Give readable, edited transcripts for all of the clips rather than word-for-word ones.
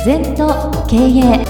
禅と経営。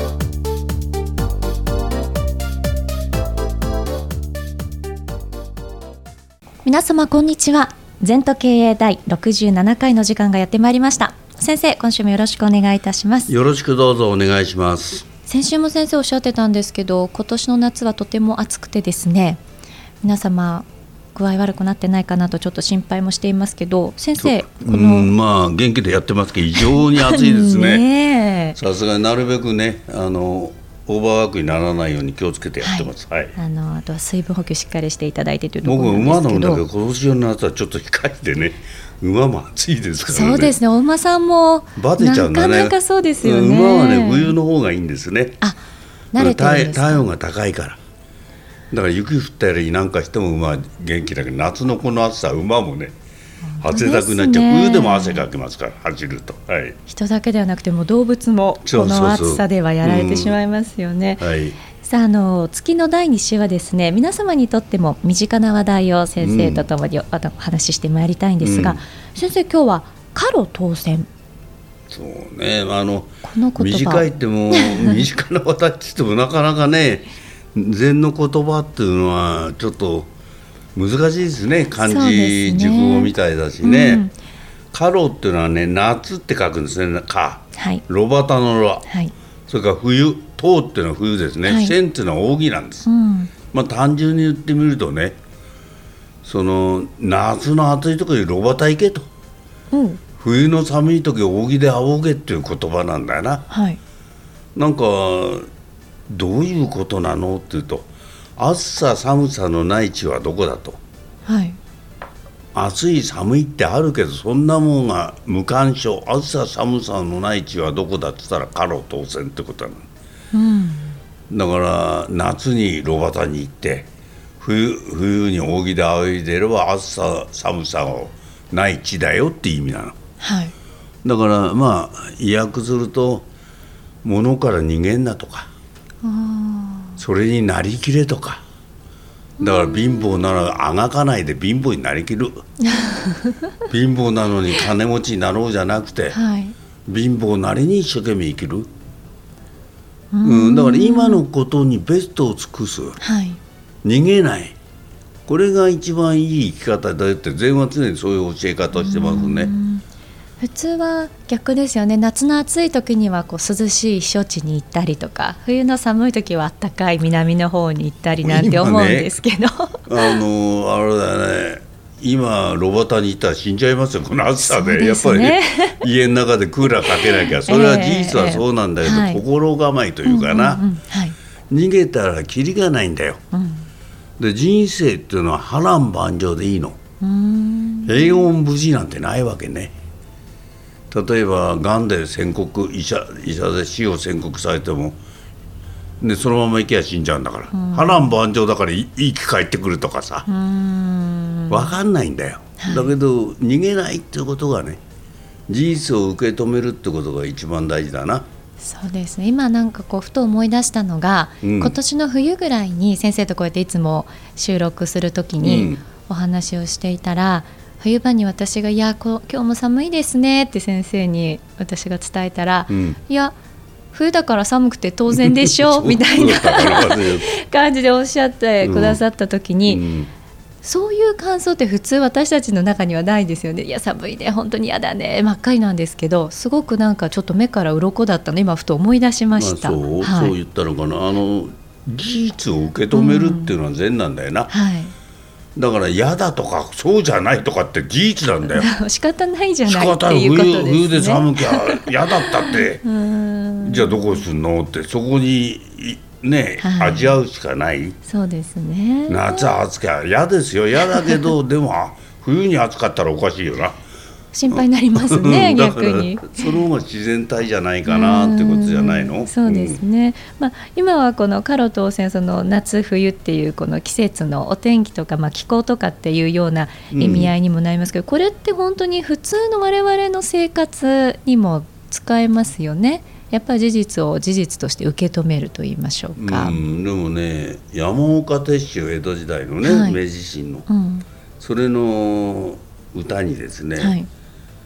皆様こんにちは。禅と経営第67回の時間がやってまいりました。先生、今週もよろしくお願いいたします。 よろしくどうぞお願いします。 先週も先生おっしゃってたんですけど、今年の夏はとても暑くてですね、皆様具合悪くなってないかなとちょっっと心配もしていますけど、先生元気でやってますけど異常に暑いですね。 ね、 さすがになるべくねオーバーワークにならないように気をつけてやってます。 あとは水分補給しっかりしていただいてというところなんですけど、 僕馬なんだけど今年の夏はちょっと控えてね、馬も暑いですからね。 そうですね、お馬さんもバテちゃうんだね。 なかなかそうですよね。 馬はね冬の方がいいんですね。 慣れてるんですか。 体温が高いから。だから雪降ったりなんかしても馬は元気だけど、夏のこの暑さ馬もね汗だくになっちゃう。冬でも汗かきますから走ると、 人だけではなくても動物もこの暑さではやられてしまいますよね。さあ、月の第2週はですね、皆様にとっても身近な話題を先生とともにお話ししてまいりたいんですが、先生今日は過路当選。 そうね、 この言葉短いっても身近な話題って言ってもなかなかね禅の言葉っていうのはちょっと難しいですね。漢字熟語みたいだしね。過路っていうのはね、夏って書くんですね。炉端の炉、それから冬、冬っていうのは冬ですね。戦っていうのは扇なんです。単純に言ってみるとね、その夏の暑い時に炉端行けと、冬の寒い時扇で仰げっていう言葉なんだよな。なんかどういうことなのっていうと、暑さ寒さのない地はどこだと。暑い寒いってあるけどそんなもんが無干渉。暑さ寒さのない地はどこだって言ったら過路当選ってことなの。だから夏に炉端に行って冬に扇で仰いでれば暑さ寒さのない地だよっていう意味なの。だから意訳すると、物から逃げんなとか、それになりきれとか。だから貧乏ならあがかないで貧乏になりきる貧乏なのに金持ちになろうじゃなくて、貧乏なりに一生懸命生きる。だから今のことにベストを尽くす、逃げない、これが一番いい生き方だよって禅は常にそういう教え方をしてますね。 普通は逆ですよね。夏の暑い時には涼しい避暑地に行ったりとか、冬の寒い時は暖かい南の方に行ったりなんて思うんですけど、 あれだね、今炉端に行ったら死んじゃいますよ、この暑さで。やっぱり家の中でクーラーかけなきゃ、それは事実はそうなんだけど、心構えというかな、逃げたらキリがないんだよ。で人生っていうのは波乱万丈でいいの。平穏無事なんてないわけね。例えばがんで宣告、医者で死を宣告されても、そのまま生きや死んじゃうんだから、波乱万丈だから生き返ってくるとかさ、分かんないんだよ。だけど逃げないっていうことがね、事実を受け止めるってことが一番大事だな。 そうですね。今ふと思い出したのが、今年の冬ぐらいに先生とこうやっていつも収録するときにお話をしていたら、冬場に私が今日も寒いですねって先生に私が伝えたら、いや冬だから寒くて当然でしょみたいな感じでおっしゃってくださった時に、そういう感想って普通私たちの中にはないですよね。いや寒いね、本当に嫌だね、真っ赤りなんですけど、すごくちょっと目から鱗だったの今ふと思い出しました。 そう言ったのかな。事実を受け止めるっていうのは善なんだよな。だから嫌だとかそうじゃないとかって事実なんだよ。 仕方ないじゃないっていうことですね。 冬で寒きゃ嫌だったってじゃあどこすんのって、そこにね、味わうしかない。 そうですね。 夏暑きゃ嫌ですよ。嫌だけどでも冬に暑かったらおかしいよな。 心配になりますね逆に。 その方が自然体じゃないかなってことじゃないの。 そうですね。今はこの過路当選、その夏冬っていうこの季節のお天気とか、気候とかっていうような意味合いにもなりますけど、これって本当に普通の我々の生活にも使えますよね。やっぱり事実を事実として受け止めると言いましょうか。 でもね、山岡鉄舟、江戸時代のね、明治維新の、それの歌にですね、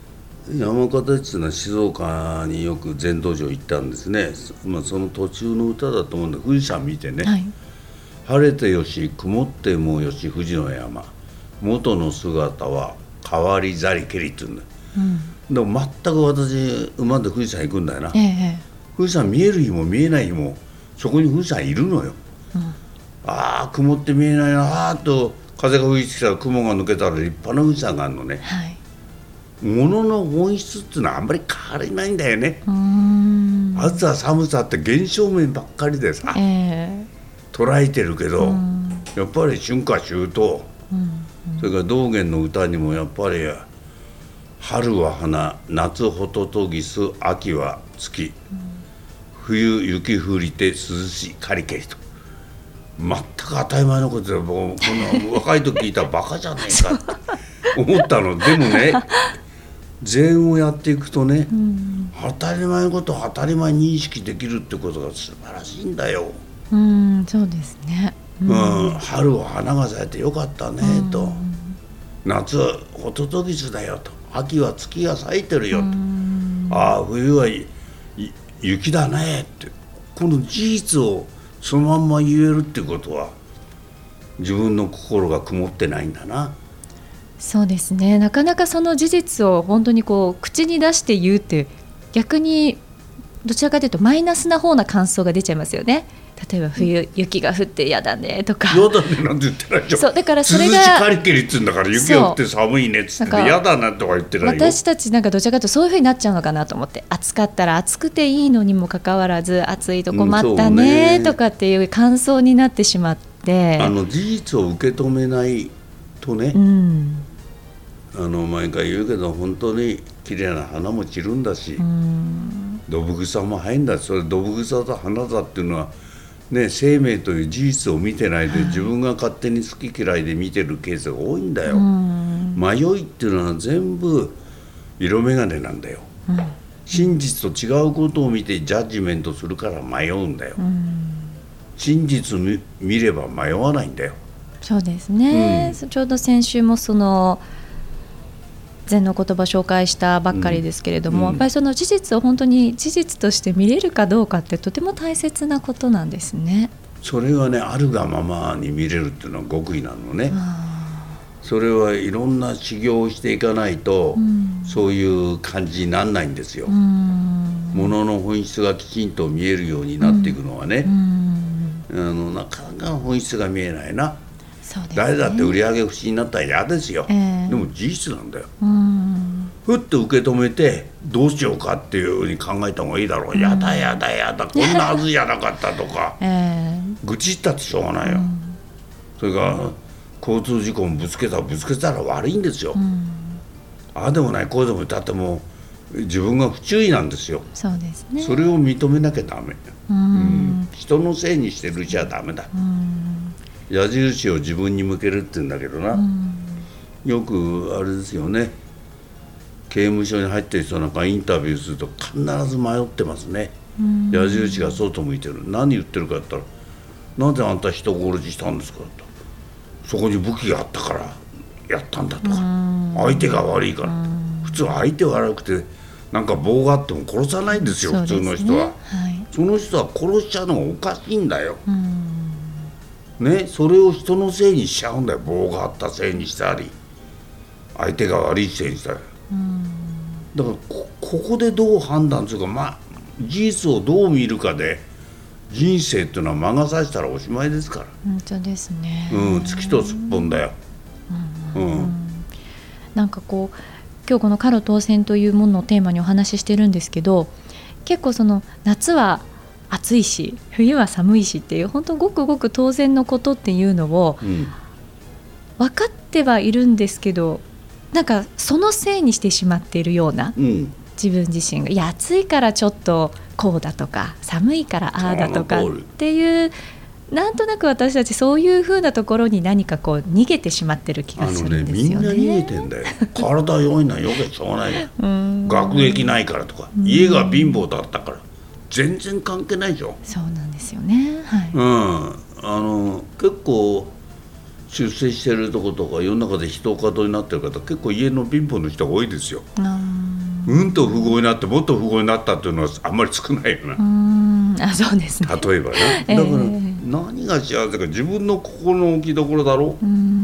山形っていうのは静岡によく禅道場行ったんですね。その途中の歌だと思うんで、富士山見てね、はい、晴れてよし曇ってもよし富士の山、元の姿は変わりざりけりって言うんだよ、でも全く私馬で富士山行くんだよな、富士山見える日も見えない日もそこに富士山いるのよ、ああ曇って見えないなーと風が吹いてきたら雲が抜けたら立派な富士山があるのね、はい、物の本質っていうのはあんまり変わりないんだよね。暑さ寒さって現象面ばっかりでさ、捉えてるけど、やっぱり春夏秋冬、それから道元の歌にもやっぱり春は花、夏ホトトギス、秋は月、冬雪降りて涼しいかりけりと、全く当たり前のことで、もうこんな若い時聞いたらバカじゃねえかって思ったの。でもね、禅をやっていくとね、当たり前のことを当たり前に認識できるってことが素晴らしいんだよ。 そうですね、 春は花が咲いてよかったねと、夏はホトトギスだよと、秋は月が咲いてるよと、ああ冬は雪だねって、この事実をそのまんま言えるってことは自分の心が曇ってないんだな。 そうですね、なかなかその事実を本当にこう口に出して言うって逆にどちらかというとマイナスな方な感想が出ちゃいますよね。例えば冬、雪が降って嫌だねとか、 嫌だねなんて言ってないじゃん。 そうだからそれが涼しかりけりっつうんだから、雪が降って寒いねっつって嫌だなとか言ってないよ。 私たちなんかどちらかというとそういう風になっちゃうのかなと思って、暑かったら暑くていいのにもかかわらず暑いと困ったねとかっていう感想になってしまって、 事実を受け止めないとね、毎回言うけど本当に綺麗な花も散るんだし、ドブ草も生えんだし、それドブ草と花だっていうのはね、生命という事実を見てないで、自分が勝手に好き嫌いで見てるケースが多いんだよ。迷いっていうのは全部色眼鏡なんだよ、真実と違うことを見てジャッジメントするから迷うんだよ、真実見れば迷わないんだよ。 そうですね、ちょうど先週もその禅の言葉紹介したばっかりですけれども、やっぱりその事実を本当に事実として見れるかどうかってとても大切なことなんですね。 それはね、あるがままに見れるっていうのは極意なのね。それはいろんな修行をしていかないと、そういう感じにならないんですよ。物の本質がきちんと見えるようになっていくのはね、なかなか本質が見えないな。そうですね、誰だって売り上げ不振になったら嫌ですよ、でも事実なんだよ。ふっと受け止めてどうしようかっていうふうに考えた方がいいだろう。やだやだやだ、こんなはずじゃなかったとか、愚痴ったってしょうがないよ、それから交通事故もぶつけたら悪いんですよ、ああでもないこうでもだってもう自分が不注意なんですよ。 そうですね、 それを認めなきゃダメ、人のせいにしてるじゃダメだ。矢印を自分に向けるって言うんだけどな、よくあれですよね、刑務所に入ってる人なんかインタビューすると必ず迷ってますね、矢印が外向いてる。何言ってるかって言ったら、なぜあんた人殺ししたんですかと、そこに武器があったからやったんだとか、相手が悪いから。普通相手悪くてなんか棒があっても殺さないんですよ、普通の人は、その人は殺しちゃうのがおかしいんだよ、ね、それを人のせいにしちゃうんだよ。棒があったせいにしたり相手が悪いせいにしたり、だからここでどう判断するか、事実をどう見るかで人生っていうのは魔が差したらおしまいですから。 本当ですね、 月とすっぽんだよ、 なんかこう今日このカロ当選というものをテーマにお話ししてるんですけど、結構その夏は暑いし冬は寒いしっていう本当ごくごく当然のことっていうのを分かってはいるんですけど、なんかそのせいにしてしまっているような、自分自身がいや暑いからちょっとこうだとか寒いからああだとかっていう、なんとなく私たちそういう風なところに何かこう逃げてしまってる気がするんですよね。 みんな逃げてんだよ。体弱いのはよけしょうがないよ学歴ないからとか、家が貧乏だったから全然関係ないでしょ。 そうなんですよね、 結構出世してるとことか世の中で人を方になってる方、結構家の貧乏の人が多いですよ。 うんと富豪になってもっと富豪になったっていうのはあんまり少ないよな。 そうですね。 例えばね、だから何が幸せか自分の心の置きどころだろ。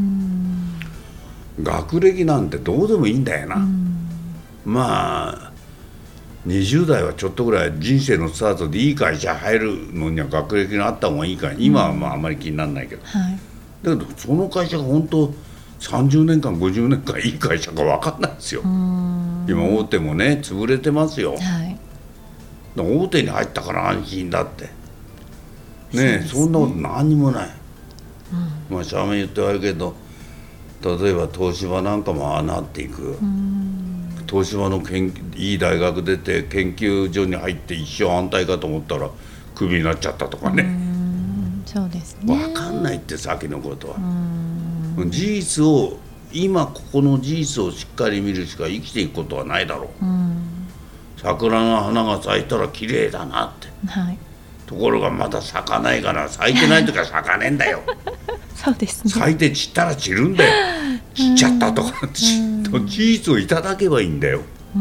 学歴なんてどうでもいいんだよな。まあ20代はちょっとぐらい人生のスタートでいい会社入るのには学歴があった方がいいから、今はまああんまり気にならないけど、はい、だけどその会社が本当30年間50年間いい会社か分かんないですよ。今大手もね潰れてますよ、はい、だから大手に入ったから安心だってね、そんなこと何にもない、まあしゃべ言ってはいるけど、例えば東芝なんかもああなっていく。東芝のいい大学出て研究所に入って一生安泰かと思ったらクビになっちゃったとかね。 そうですね。 分かんないって先のことは。事実を今ここの事実をしっかり見るしか生きていくことはないだろう。桜の花が咲いたら綺麗だなって、はい、ところがまだ咲かないから咲いてない時は咲かねえんだよ。 そうですね。 咲いて散ったら散るんだよ。散っちゃったとか事実をいただけばいいんだよ。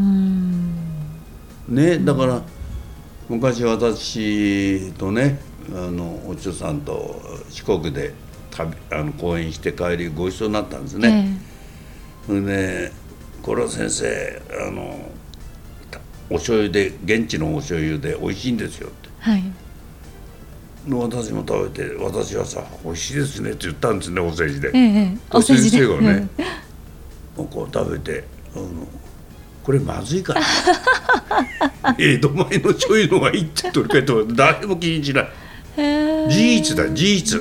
ね、だから昔私とねお師匠さんと四国で講演して帰りご一緒になったんですね。それでこれは先生お醤油で現地のお醤油で美味しいんですよって、はい、私も食べて私はさ美味しいですねって言ったんですね、お世辞で、先生がね、こう食べてこれまずいから江戸前の醤油の方がいいって取り替えても誰も気にしない。事実だ事実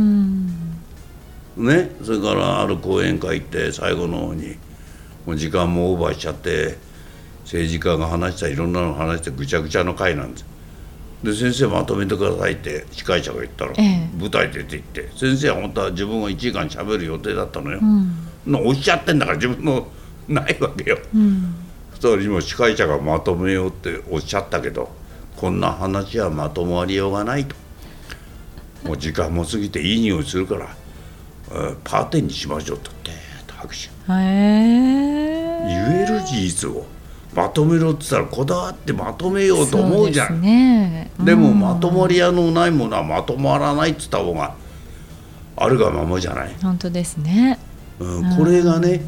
ね。それからある講演会行って最後の方にもう時間もオーバーしちゃって政治家が話したいろんなの話してぐちゃぐちゃの会なんです。で先生まとめてくださいって司会者が言ったら、舞台出て行って先生は本当は自分が1時間しゃべる予定だったのよ、おっしゃってんだから自分のないわけよ、そしたら今司会者がまとめようっておっしゃったけどこんな話はまとまりようがないと、もう時間も過ぎていい匂いするからパーティーにしましょうと拍手、言える事実をまとめろって言ったらこだわってまとめようと思うじゃん。 でもまとまり屋のないものはまとまらないって言った方があるがままじゃない。 本当ですね、 これがね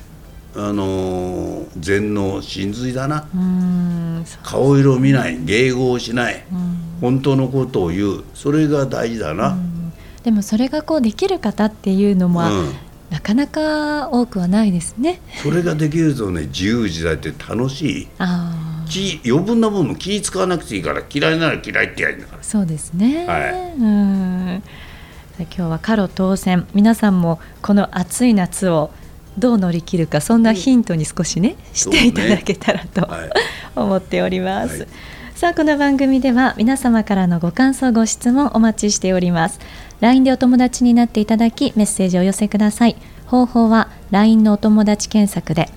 禅の真髄だな。顔色見ない迎合しない、本当のことを言う、それが大事だな。 でもそれがこうできる方っていうのも、なかなか多くはないですね。 それができるとね自由自在って楽しい。余分なもの気使わなくていいから嫌いなら嫌いってやるんだから。 そうですね、今日はカロ当選、皆さんもこの暑い夏をどう乗り切るかそんなヒントに少しね、していただけたらと、思っております、さあこの番組では皆様からのご感想ご質問お待ちしております。 LINE でお友達になっていただきメッセージをお寄せください。方法は LINE のお友達検索で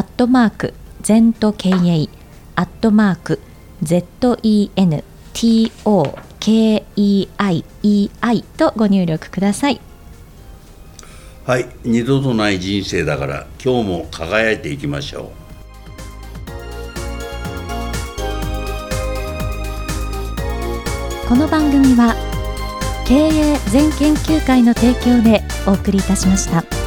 @ZENTOKEI@ZENTOKEIEI とご入力ください。 はい、二度とない人生だから今日も輝いていきましょう。この番組は経営全研究会の提供でお送りいたしました。